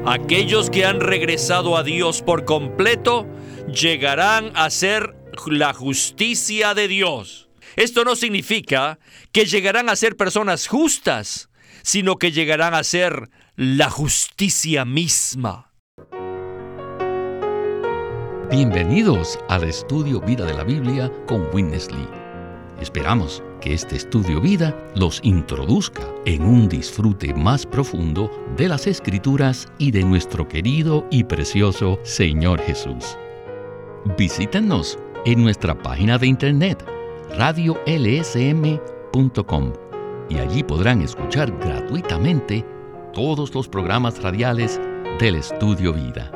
Aquellos que han regresado a Dios por completo llegarán a ser la justicia de Dios. Esto no significa que llegarán a ser personas justas, sino que llegarán a ser la justicia misma. Bienvenidos al Estudio Vida de la Biblia con Witness Lee. Esperamos que este Estudio Vida los introduzca en un disfrute más profundo de las Escrituras y de nuestro querido y precioso Señor Jesús. Visítenos en nuestra página de internet radiolsm.com y allí podrán escuchar gratuitamente todos los programas radiales del Estudio Vida.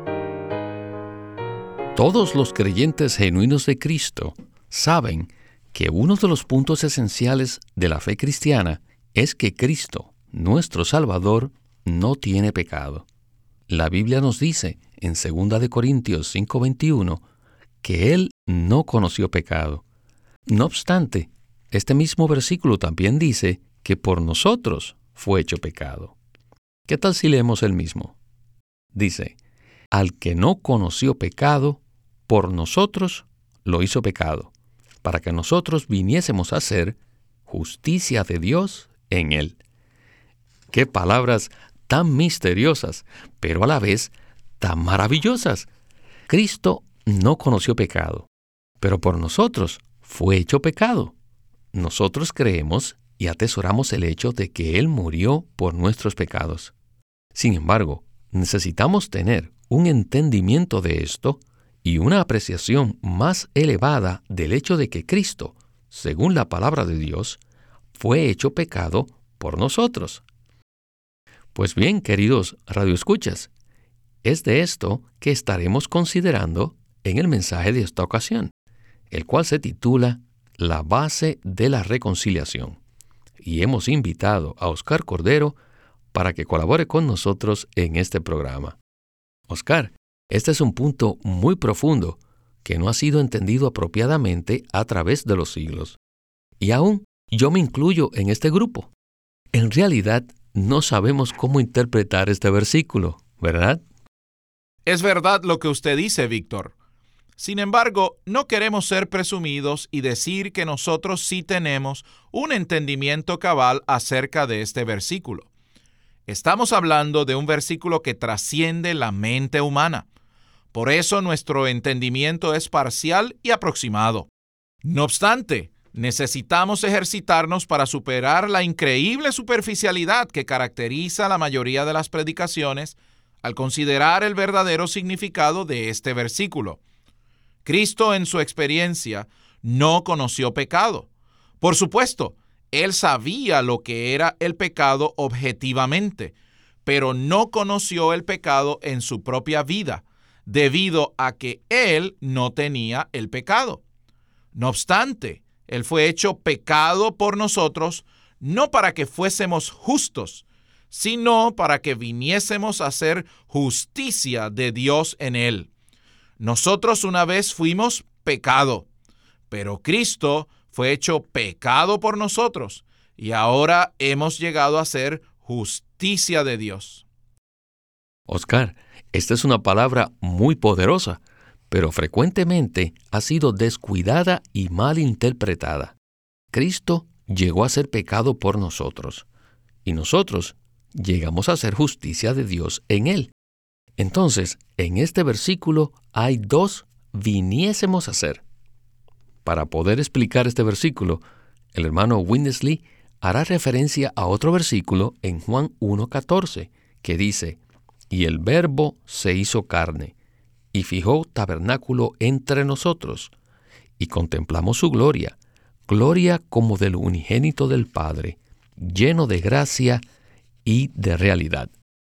Todos los creyentes genuinos de Cristo saben que uno de los puntos esenciales de la fe cristiana es que Cristo, nuestro Salvador, no tiene pecado. La Biblia nos dice en 2 de Corintios 5:21 que Él no conoció pecado. No obstante, este mismo versículo también dice que por nosotros fue hecho pecado. ¿Qué tal si leemos el mismo? Dice, al que no conoció pecado, por nosotros lo hizo pecado, para que nosotros viniésemos a ser justicia de Dios en Él. ¡Qué palabras tan misteriosas, pero a la vez tan maravillosas! Cristo no conoció pecado, pero por nosotros fue hecho pecado. Nosotros creemos y atesoramos el hecho de que Él murió por nuestros pecados. Sin embargo, necesitamos tener un entendimiento de esto y una apreciación más elevada del hecho de que Cristo, según la palabra de Dios, fue hecho pecado por nosotros. Pues bien, queridos radioescuchas, es de esto que estaremos considerando en el mensaje de esta ocasión, el cual se titula La base de la reconciliación. Y hemos invitado a Oscar Cordero para que colabore con nosotros en este programa. Oscar, este es un punto muy profundo que no ha sido entendido apropiadamente a través de los siglos. Y aún yo me incluyo en este grupo. En realidad, no sabemos cómo interpretar este versículo, ¿verdad? Es verdad lo que usted dice, Víctor. Sin embargo, no queremos ser presumidos y decir que nosotros sí tenemos un entendimiento cabal acerca de este versículo. Estamos hablando de un versículo que trasciende la mente humana. Por eso nuestro entendimiento es parcial y aproximado. No obstante, necesitamos ejercitarnos para superar la increíble superficialidad que caracteriza la mayoría de las predicaciones al considerar el verdadero significado de este versículo. Cristo, en su experiencia, no conoció pecado. Por supuesto, Él sabía lo que era el pecado objetivamente, pero no conoció el pecado en su propia vida, debido a que Él no tenía el pecado. No obstante, Él fue hecho pecado por nosotros, no para que fuésemos justos, sino para que viniésemos a ser justicia de Dios en Él. Nosotros una vez fuimos pecado, pero Cristo fue hecho pecado por nosotros, y ahora hemos llegado a ser justicia de Dios. Oscar, esta es una palabra muy poderosa, pero frecuentemente ha sido descuidada y mal interpretada. Cristo llegó a ser pecado por nosotros, y nosotros llegamos a ser justicia de Dios en Él. Entonces, en este versículo hay dos viniésemos a ser. Para poder explicar este versículo, el hermano Witness Lee hará referencia a otro versículo en Juan 1:14, que dice, «Y el Verbo se hizo carne, y fijó tabernáculo entre nosotros, y contemplamos su gloria, gloria como del unigénito del Padre, lleno de gracia y de realidad».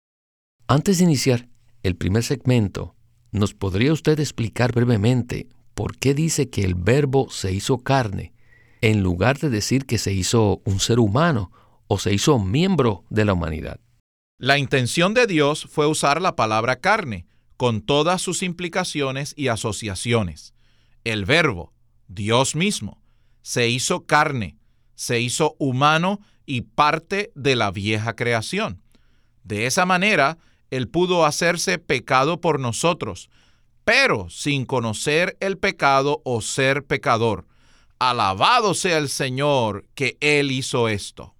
Antes de iniciar el primer segmento, ¿nos podría usted explicar brevemente por qué dice que el Verbo se hizo carne, en lugar de decir que se hizo un ser humano o se hizo miembro de la humanidad? La intención de Dios fue usar la palabra carne, con todas sus implicaciones y asociaciones. El Verbo, Dios mismo, se hizo carne, se hizo humano y parte de la vieja creación. De esa manera, Él pudo hacerse pecado por nosotros, pero sin conocer el pecado o ser pecador. Alabado sea el Señor que Él hizo esto.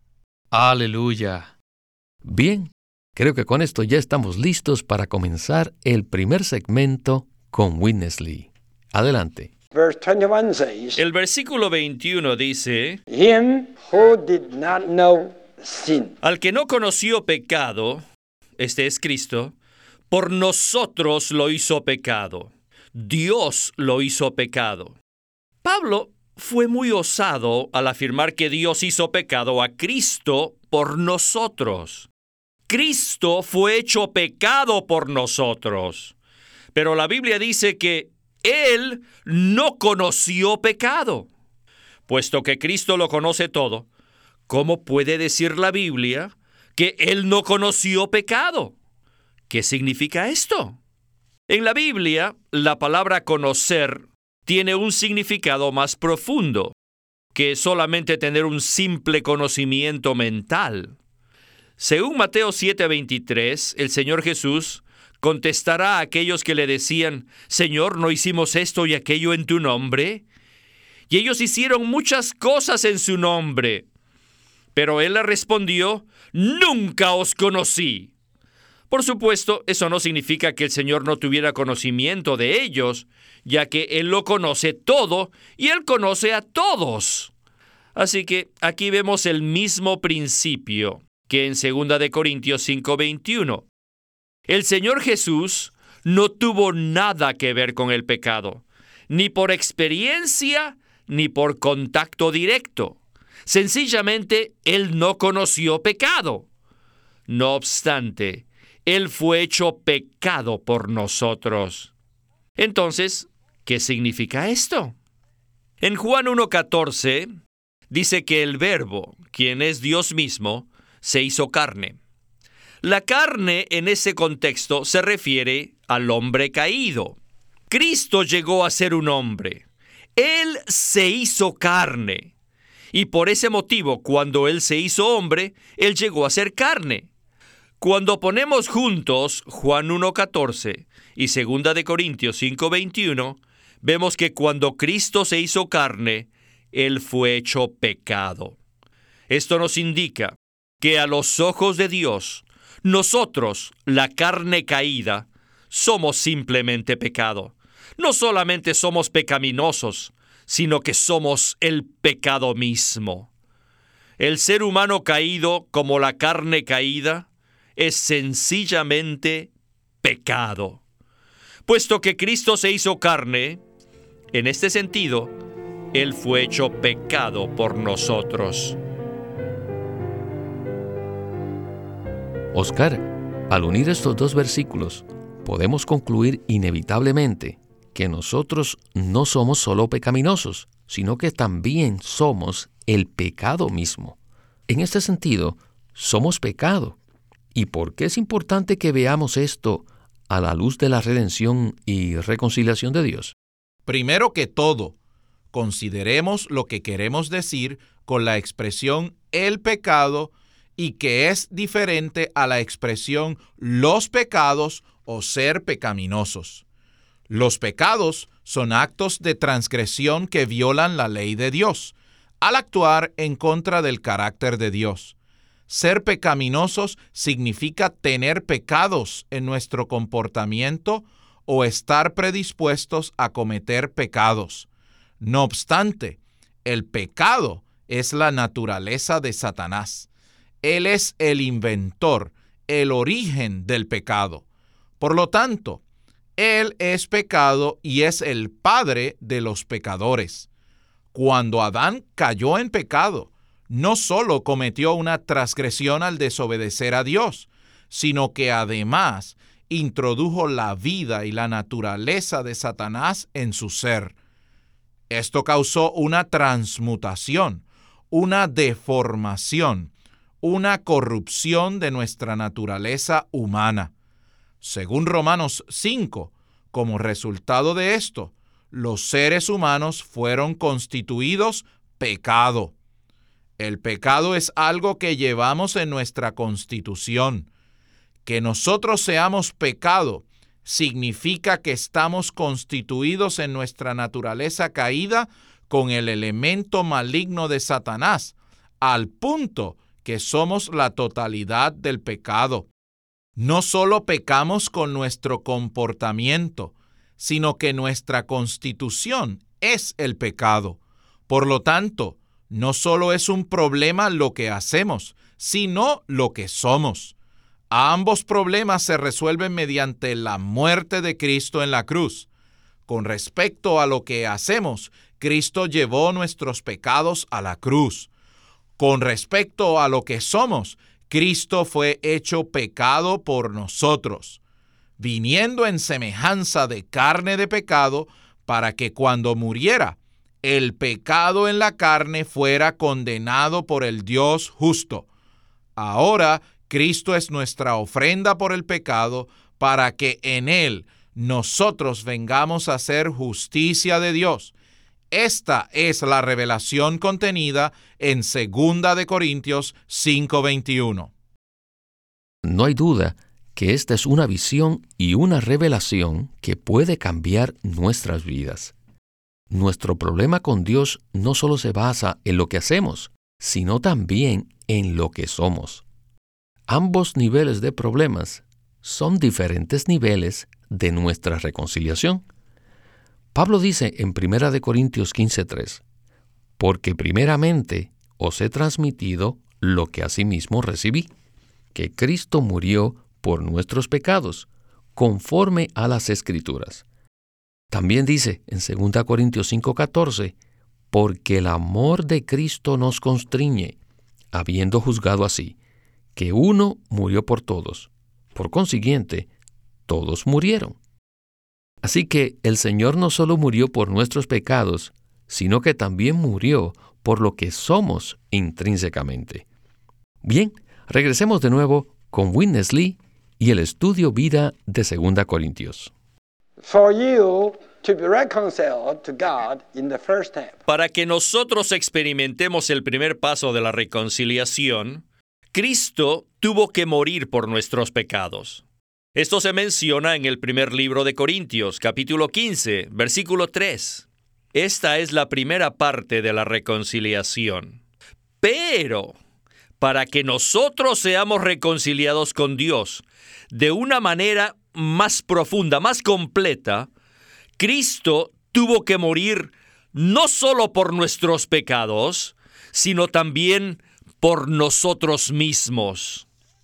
Aleluya. Bien, creo que con esto ya estamos listos para comenzar el primer segmento con Witness Lee. Adelante. Verse 21 says, El versículo 21 dice, Him who did not know sin. al que no conoció pecado, este es Cristo, por nosotros lo hizo pecado. Dios lo hizo pecado. Pablo fue muy osado al afirmar que Dios hizo pecado a Cristo por nosotros. Cristo fue hecho pecado por nosotros. Pero la Biblia dice que Él no conoció pecado. Puesto que Cristo lo conoce todo, ¿cómo puede decir la Biblia que Él no conoció pecado? ¿Qué significa esto? En la Biblia, la palabra conocer tiene un significado más profundo que solamente tener un simple conocimiento mental. Según Mateo 7:23, el Señor Jesús contestará a aquellos que le decían, Señor, ¿no hicimos esto y aquello en tu nombre? Y ellos hicieron muchas cosas en su nombre. Pero Él le respondió, nunca os conocí. Por supuesto, eso no significa que el Señor no tuviera conocimiento de ellos, ya que Él lo conoce todo y Él conoce a todos. Así que aquí vemos el mismo principio que en 2 Corintios 5:21. El Señor Jesús no tuvo nada que ver con el pecado, ni por experiencia, ni por contacto directo. Sencillamente, Él no conoció pecado. No obstante, Él fue hecho pecado por nosotros. Entonces, ¿qué significa esto? En Juan 1:14 dice que el Verbo, quien es Dios mismo, se hizo carne. La carne en ese contexto se refiere al hombre caído. Cristo llegó a ser un hombre. Él se hizo carne. Y por ese motivo, cuando Él se hizo hombre, Él llegó a ser carne. Cuando ponemos juntos Juan 1:14 y 2 Corintios 5:21, vemos que cuando Cristo se hizo carne, Él fue hecho pecado. Esto nos indica que a los ojos de Dios, nosotros, la carne caída, somos simplemente pecado. No solamente somos pecaminosos, sino que somos el pecado mismo. El ser humano caído, como la carne caída, es sencillamente pecado. Puesto que Cristo se hizo carne, en este sentido, Él fue hecho pecado por nosotros. Oscar, al unir estos dos versículos, podemos concluir inevitablemente que nosotros no somos solo pecaminosos, sino que también somos el pecado mismo. En este sentido, somos pecado. ¿Y por qué es importante que veamos esto a la luz de la redención y reconciliación de Dios? Primero que todo, consideremos lo que queremos decir con la expresión el pecado y que es diferente a la expresión los pecados o ser pecaminosos. Los pecados son actos de transgresión que violan la ley de Dios, al actuar en contra del carácter de Dios. Ser pecaminosos significa tener pecados en nuestro comportamiento o estar predispuestos a cometer pecados. No obstante, el pecado es la naturaleza de Satanás. Él es el inventor, el origen del pecado. Por lo tanto, Él es pecado y es el padre de los pecadores. Cuando Adán cayó en pecado, no solo cometió una transgresión al desobedecer a Dios, sino que además introdujo la vida y la naturaleza de Satanás en su ser. Esto causó una transmutación, una deformación, una corrupción de nuestra naturaleza humana. Según Romanos 5, como resultado de esto, los seres humanos fueron constituidos pecado. El pecado es algo que llevamos en nuestra constitución. Que nosotros seamos pecado significa que estamos constituidos en nuestra naturaleza caída con el elemento maligno de Satanás, al punto que somos la totalidad del pecado. No solo pecamos con nuestro comportamiento, sino que nuestra constitución es el pecado. Por lo tanto, no solo es un problema lo que hacemos, sino lo que somos. Ambos problemas se resuelven mediante la muerte de Cristo en la cruz. Con respecto a lo que hacemos, Cristo llevó nuestros pecados a la cruz. Con respecto a lo que somos, Cristo fue hecho pecado por nosotros, viniendo en semejanza de carne de pecado, para que cuando muriera, el pecado en la carne fuera condenado por el Dios justo. Ahora, Cristo es nuestra ofrenda por el pecado, para que en Él nosotros vengamos a hacer justicia de Dios. Esta es la revelación contenida en 2 de Corintios 5:21. No hay duda que esta es una visión y una revelación que puede cambiar nuestras vidas. Nuestro problema con Dios no solo se basa en lo que hacemos, sino también en lo que somos. Ambos niveles de problemas son diferentes niveles de nuestra reconciliación. Pablo dice en 1 Corintios 15:3, porque primeramente os he transmitido lo que asimismo recibí, que Cristo murió por nuestros pecados, conforme a las Escrituras. También dice en 2 Corintios 5:14, porque el amor de Cristo nos constriñe, habiendo juzgado así, que uno murió por todos. Por consiguiente, todos murieron. Así que el Señor no solo murió por nuestros pecados, sino que también murió por lo que somos intrínsecamente. Bien, regresemos de nuevo con Witness Lee y el estudio vida de 2 Corintios. For you to be reconciled to God in the first step. Para que nosotros experimentemos el primer paso de la reconciliación, Cristo tuvo que morir por nuestros pecados. Esto se menciona en el primer libro de Corintios, capítulo 15, versículo 3. Esta es la primera parte de la reconciliación. Pero, para que nosotros seamos reconciliados con Dios de una manera más profunda, más completa, Cristo tuvo que morir no solo por nuestros pecados, sino también por nosotros mismos.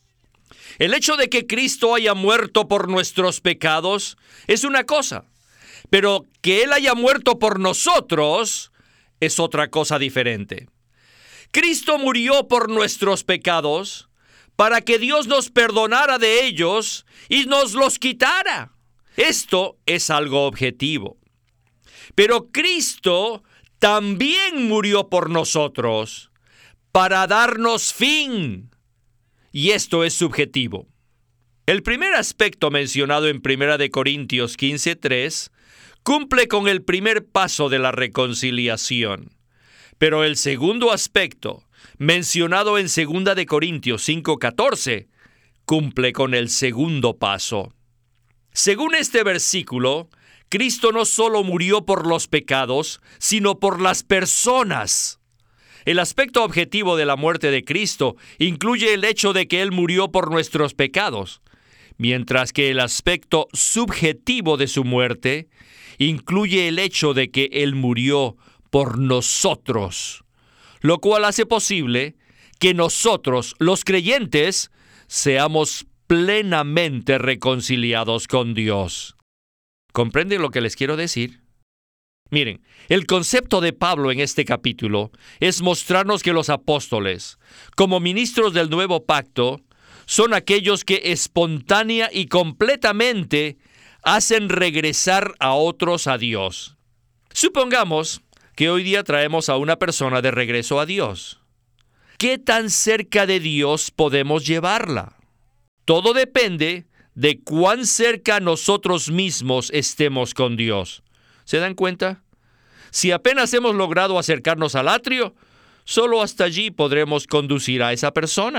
El hecho de que Cristo haya muerto por nuestros pecados es una cosa, pero que Él haya muerto por nosotros es otra cosa diferente. Cristo murió por nuestros pecados para que Dios nos perdonara de ellos y nos los quitara. Esto es algo objetivo. Pero Cristo también murió por nosotros para darnos fin. Y esto es subjetivo. El primer aspecto mencionado en 1 Corintios 15:3 cumple con el primer paso de la reconciliación. Pero el segundo aspecto, mencionado en 2 Corintios 5:14, cumple con el segundo paso. Según este versículo, Cristo no solo murió por los pecados, sino por las personas. El aspecto objetivo de la muerte de Cristo incluye el hecho de que Él murió por nuestros pecados, mientras que el aspecto subjetivo de su muerte incluye el hecho de que Él murió por nosotros, lo cual hace posible que nosotros, los creyentes, seamos plenamente reconciliados con Dios. ¿Comprenden lo que les quiero decir? Miren, el concepto de Pablo en este capítulo es mostrarnos que los apóstoles, como ministros del nuevo pacto, son aquellos que espontánea y completamente hacen regresar a otros a Dios. Supongamos que hoy día traemos a una persona de regreso a Dios. ¿Qué tan cerca de Dios podemos llevarla? Todo depende de cuán cerca nosotros mismos estemos con Dios. ¿Se dan cuenta? Si apenas hemos logrado acercarnos al atrio, solo hasta allí podremos conducir a esa persona.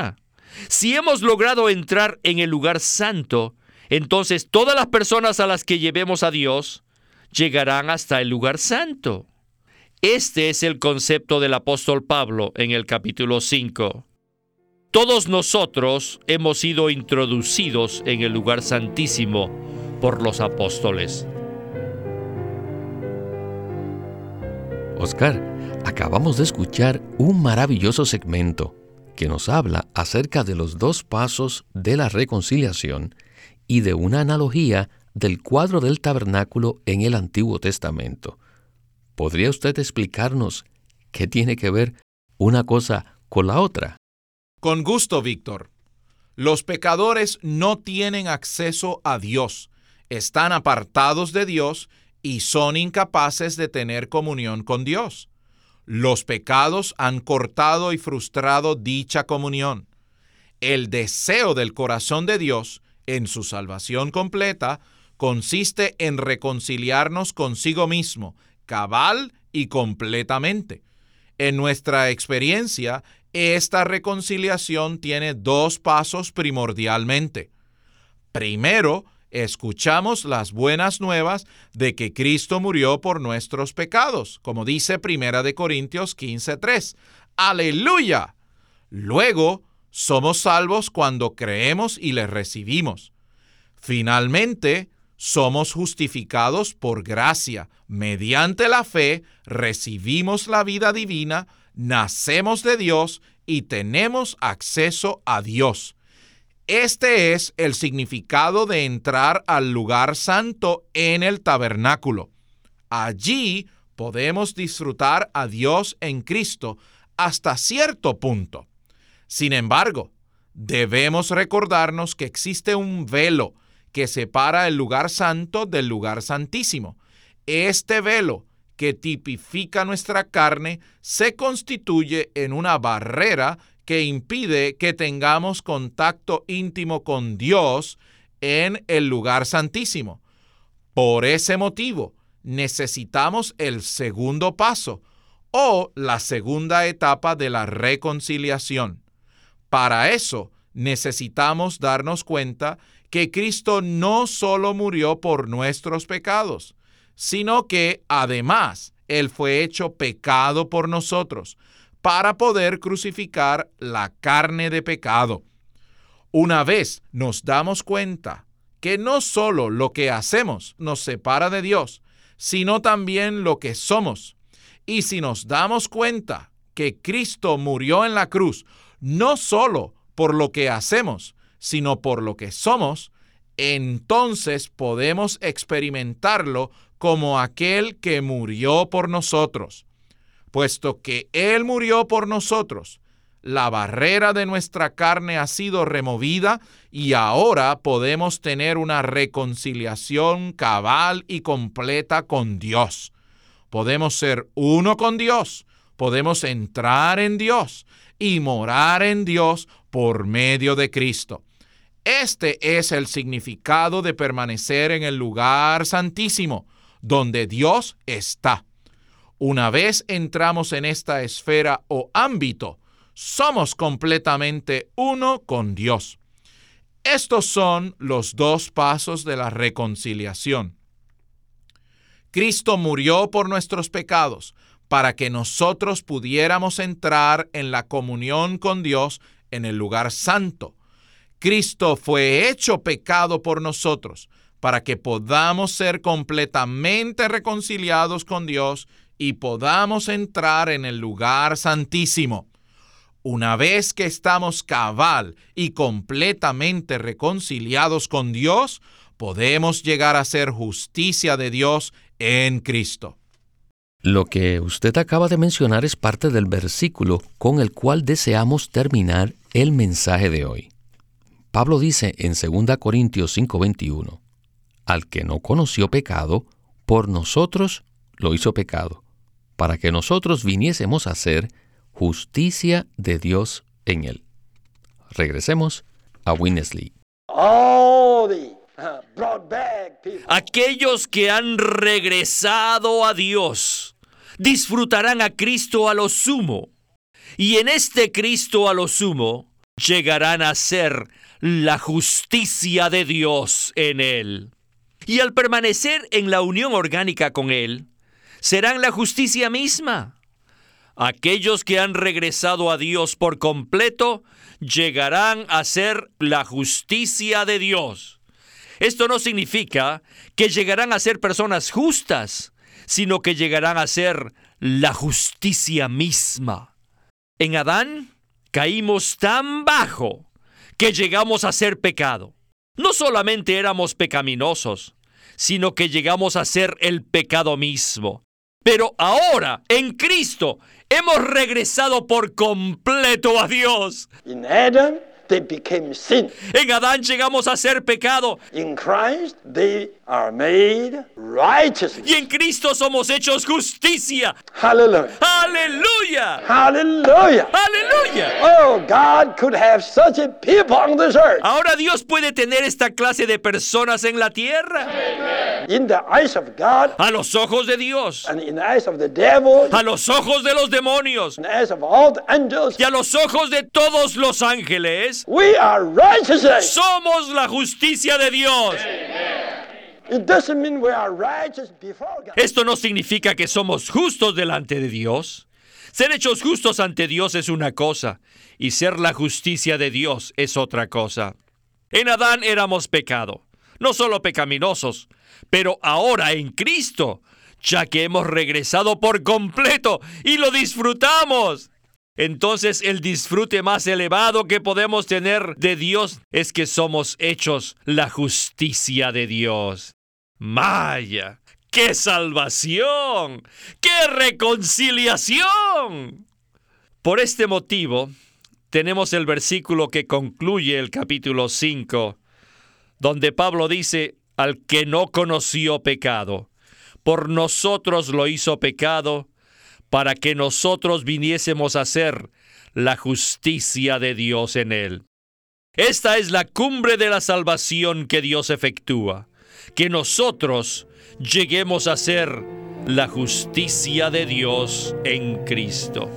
Si hemos logrado entrar en el lugar santo, entonces todas las personas a las que llevemos a Dios llegarán hasta el lugar santo. Este es el concepto del apóstol Pablo en el capítulo 5. Todos nosotros hemos sido introducidos en el lugar santísimo por los apóstoles. Oscar, acabamos de escuchar un maravilloso segmento que nos habla acerca de los dos pasos de la reconciliación y de una analogía del cuadro del tabernáculo en el Antiguo Testamento. ¿Podría usted explicarnos qué tiene que ver una cosa con la otra? Con gusto, Víctor. Los pecadores no tienen acceso a Dios, están apartados de Dios y son incapaces de tener comunión con Dios. Los pecados han cortado y frustrado dicha comunión. El deseo del corazón de Dios, en su salvación completa, consiste en reconciliarnos consigo mismo, cabal y completamente. En nuestra experiencia, esta reconciliación tiene dos pasos primordialmente. Primero, escuchamos las buenas nuevas de que Cristo murió por nuestros pecados, como dice 1 Corintios 15:3. ¡Aleluya! Luego, somos salvos cuando creemos y le recibimos. Finalmente, somos justificados por gracia. Mediante la fe, recibimos la vida divina, nacemos de Dios y tenemos acceso a Dios. Este es el significado de entrar al lugar santo en el tabernáculo. Allí podemos disfrutar a Dios en Cristo hasta cierto punto. Sin embargo, debemos recordarnos que existe un velo que separa el lugar santo del lugar santísimo. Este velo, que tipifica nuestra carne, se constituye en una barrera que impide que tengamos contacto íntimo con Dios en el lugar santísimo. Por ese motivo, necesitamos el segundo paso o la segunda etapa de la reconciliación. Para eso, necesitamos darnos cuenta que Cristo no solo murió por nuestros pecados, sino que, además, Él fue hecho pecado por nosotros, para poder crucificar la carne de pecado. Una vez nos damos cuenta que no solo lo que hacemos nos separa de Dios, sino también lo que somos. Y si nos damos cuenta que Cristo murió en la cruz, no solo por lo que hacemos, sino por lo que somos, entonces podemos experimentarlo como aquel que murió por nosotros. Puesto que Él murió por nosotros, la barrera de nuestra carne ha sido removida y ahora podemos tener una reconciliación cabal y completa con Dios. Podemos ser uno con Dios, podemos entrar en Dios y morar en Dios por medio de Cristo. Este es el significado de permanecer en el lugar santísimo, donde Dios está. Una vez entramos en esta esfera o ámbito, somos completamente uno con Dios. Estos son los dos pasos de la reconciliación. Cristo murió por nuestros pecados para que nosotros pudiéramos entrar en la comunión con Dios en el lugar santo. Cristo fue hecho pecado por nosotros para que podamos ser completamente reconciliados con Dios y podamos entrar en el lugar santísimo. Una vez que estamos cabal y completamente reconciliados con Dios, podemos llegar a ser justicia de Dios en Cristo. Lo que usted acaba de mencionar es parte del versículo con el cual deseamos terminar el mensaje de hoy. Pablo dice en 2 Corintios 5:21, al que no conoció pecado, por nosotros lo hizo pecado, para que nosotros viniésemos a ser justicia de Dios en él. Regresemos a Winnesley. All the brought back people. Aquellos que han regresado a Dios disfrutarán a Cristo a lo sumo. Y en este Cristo a lo sumo llegarán a ser la justicia de Dios en Él. Y al permanecer en la unión orgánica con Él, serán la justicia misma. Aquellos que han regresado a Dios por completo, llegarán a ser la justicia de Dios. Esto no significa que llegarán a ser personas justas, sino que llegarán a ser la justicia misma. En Adán caímos tan bajo que llegamos a ser pecado. No solamente éramos pecaminosos, sino que llegamos a ser el pecado mismo. Pero ahora, en Cristo, hemos regresado por completo a Dios. In Adam, they became sin. En Adán llegamos a ser pecado. In Christ, they are made righteous. Y en Cristo somos hechos justicia. Hallelujah. ¡Aleluya! Hallelujah. ¡Aleluya! Oh, God could have such a people on this earth. Ahora Dios puede tener esta clase de personas en la tierra. In the eyes of God, A los ojos de Dios, and in the eyes of the devil, a los ojos de los demonios in the eyes of all the angels, y a los ojos de todos los ángeles, we are righteousness. somos la justicia de Dios. It doesn't mean we are righteous before God. Esto no significa que somos justos delante de Dios. Ser hechos justos ante Dios es una cosa, y ser la justicia de Dios es otra cosa. En Adán éramos pecado, no solo pecaminosos, pero ahora en Cristo, ya que hemos regresado por completo y lo disfrutamos. Entonces el disfrute más elevado que podemos tener de Dios es que somos hechos la justicia de Dios. ¡Maya! ¡Qué salvación! ¡Qué reconciliación! Por este motivo, tenemos el versículo que concluye el capítulo 5, donde Pablo dice: al que no conoció pecado, por nosotros lo hizo pecado, para que nosotros viniésemos a ser la justicia de Dios en él. Esta es la cumbre de la salvación que Dios efectúa, que nosotros lleguemos a ser la justicia de Dios en Cristo.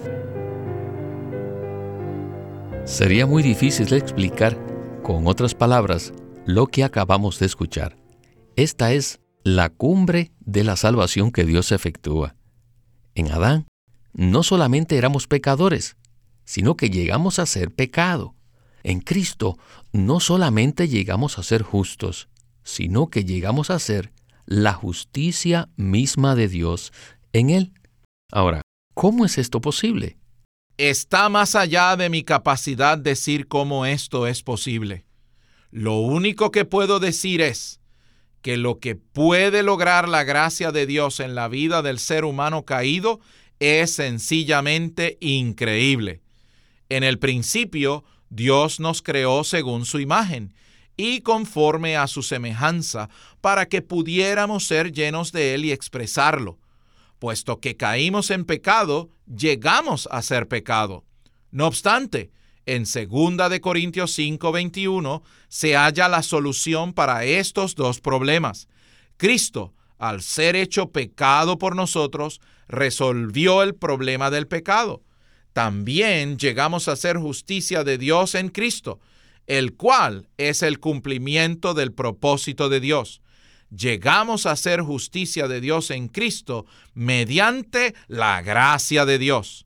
Sería muy difícil explicar con otras palabras lo que acabamos de escuchar. Esta es la cumbre de la salvación que Dios efectúa. En Adán, no solamente éramos pecadores, sino que llegamos a ser pecado. En Cristo, no solamente llegamos a ser justos, sino que llegamos a ser la justicia misma de Dios en Él. Ahora, ¿cómo es esto posible? Está más allá de mi capacidad decir cómo esto es posible. Lo único que puedo decir es que lo que puede lograr la gracia de Dios en la vida del ser humano caído es sencillamente increíble. En el principio, Dios nos creó según su imagen y conforme a su semejanza para que pudiéramos ser llenos de Él y expresarlo. Puesto que caímos en pecado, llegamos a ser pecado. No obstante, en 2 Corintios 5:21 se halla la solución para estos dos problemas. Cristo, al ser hecho pecado por nosotros, resolvió el problema del pecado. También llegamos a ser justicia de Dios en Cristo, el cual es el cumplimiento del propósito de Dios. Llegamos a ser justicia de Dios en Cristo mediante la gracia de Dios.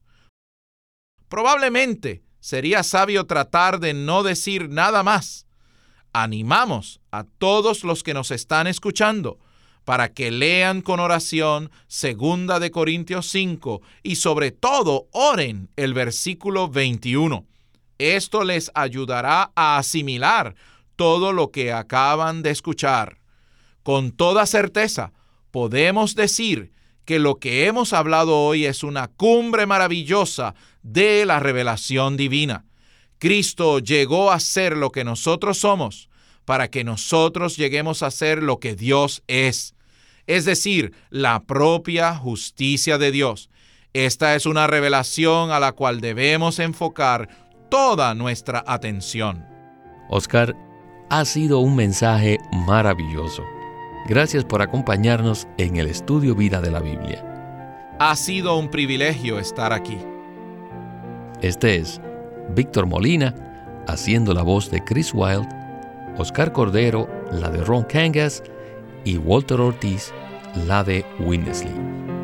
Probablemente sería sabio tratar de no decir nada más. Animamos a todos los que nos están escuchando para que lean con oración 2 Corintios 5 y sobre todo oren el versículo 21. Esto les ayudará a asimilar todo lo que acaban de escuchar. Con toda certeza, podemos decir que lo que hemos hablado hoy es una cumbre maravillosa de la revelación divina. Cristo llegó a ser lo que nosotros somos para que nosotros lleguemos a ser lo que Dios es decir, la propia justicia de Dios. Esta es una revelación a la cual debemos enfocar toda nuestra atención. Oscar, ha sido un mensaje maravilloso. Gracias por acompañarnos en el estudio Vida de la Biblia. Ha sido un privilegio estar aquí. Este es Víctor Molina, haciendo la voz de Chris Wilde, Oscar Cordero, la de Ron Kangas, y Walter Ortiz, la de Witness Lee.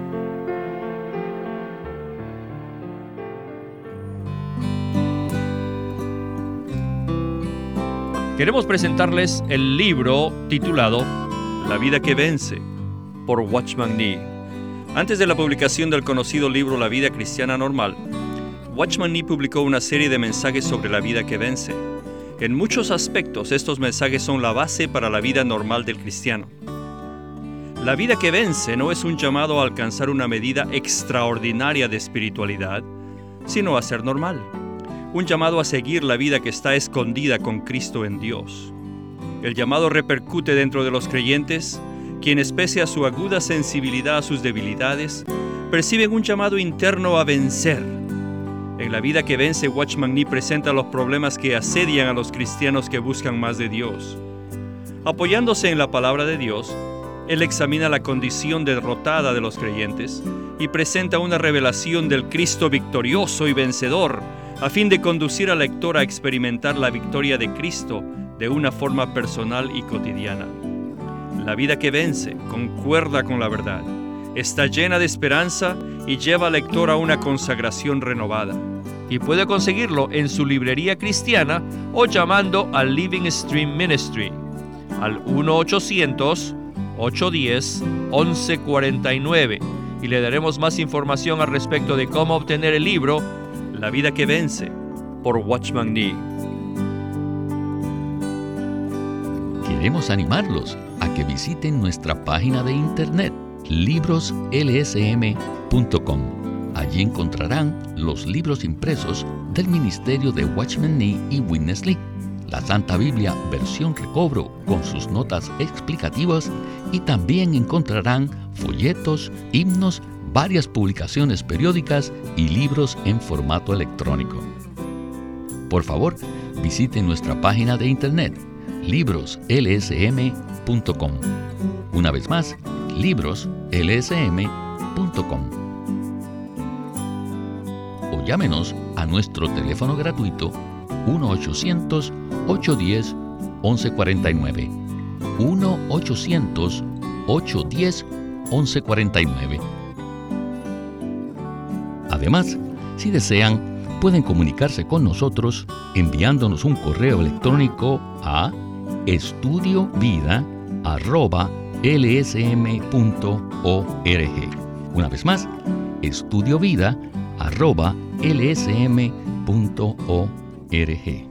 Queremos presentarles el libro titulado La vida que vence, por Watchman Nee. Antes de la publicación del conocido libro La vida cristiana normal, Watchman Nee publicó una serie de mensajes sobre la vida que vence. En muchos aspectos, estos mensajes son la base para la vida normal del cristiano. La vida que vence no es un llamado a alcanzar una medida extraordinaria de espiritualidad, sino a ser normal. Un llamado a seguir la vida que está escondida con Cristo en Dios. El llamado repercute dentro de los creyentes, quienes pese a su aguda sensibilidad a sus debilidades, perciben un llamado interno a vencer. En la vida que vence, Watchman Nee presenta los problemas que asedian a los cristianos que buscan más de Dios. Apoyándose en la palabra de Dios, él examina la condición derrotada de los creyentes y presenta una revelación del Cristo victorioso y vencedor, a fin de conducir al lector a experimentar la victoria de Cristo de una forma personal y cotidiana. La vida que vence concuerda con la verdad, está llena de esperanza y lleva al lector a una consagración renovada. Y puede conseguirlo en su librería cristiana o llamando al Living Stream Ministry al 1-800-810-1149 y le daremos más información al respecto de cómo obtener el libro La vida que vence, por Watchman Nee. Queremos animarlos a que visiten nuestra página de internet, libroslsm.com. Allí encontrarán los libros impresos del ministerio de Watchman Nee y Witness Lee, la Santa Biblia versión recobro con sus notas explicativas, y también encontrarán folletos, himnos, varias publicaciones periódicas y libros en formato electrónico. Por favor, visiten nuestra página de internet, libroslsm.com. Una vez más, libroslsm.com. O llámenos a nuestro teléfono gratuito 1-800-810-1149. 1-800-810-1149. Además, si desean, pueden comunicarse con nosotros enviándonos un correo electrónico a estudiovida@lsm.org. Una vez más, estudiovida@lsm.org.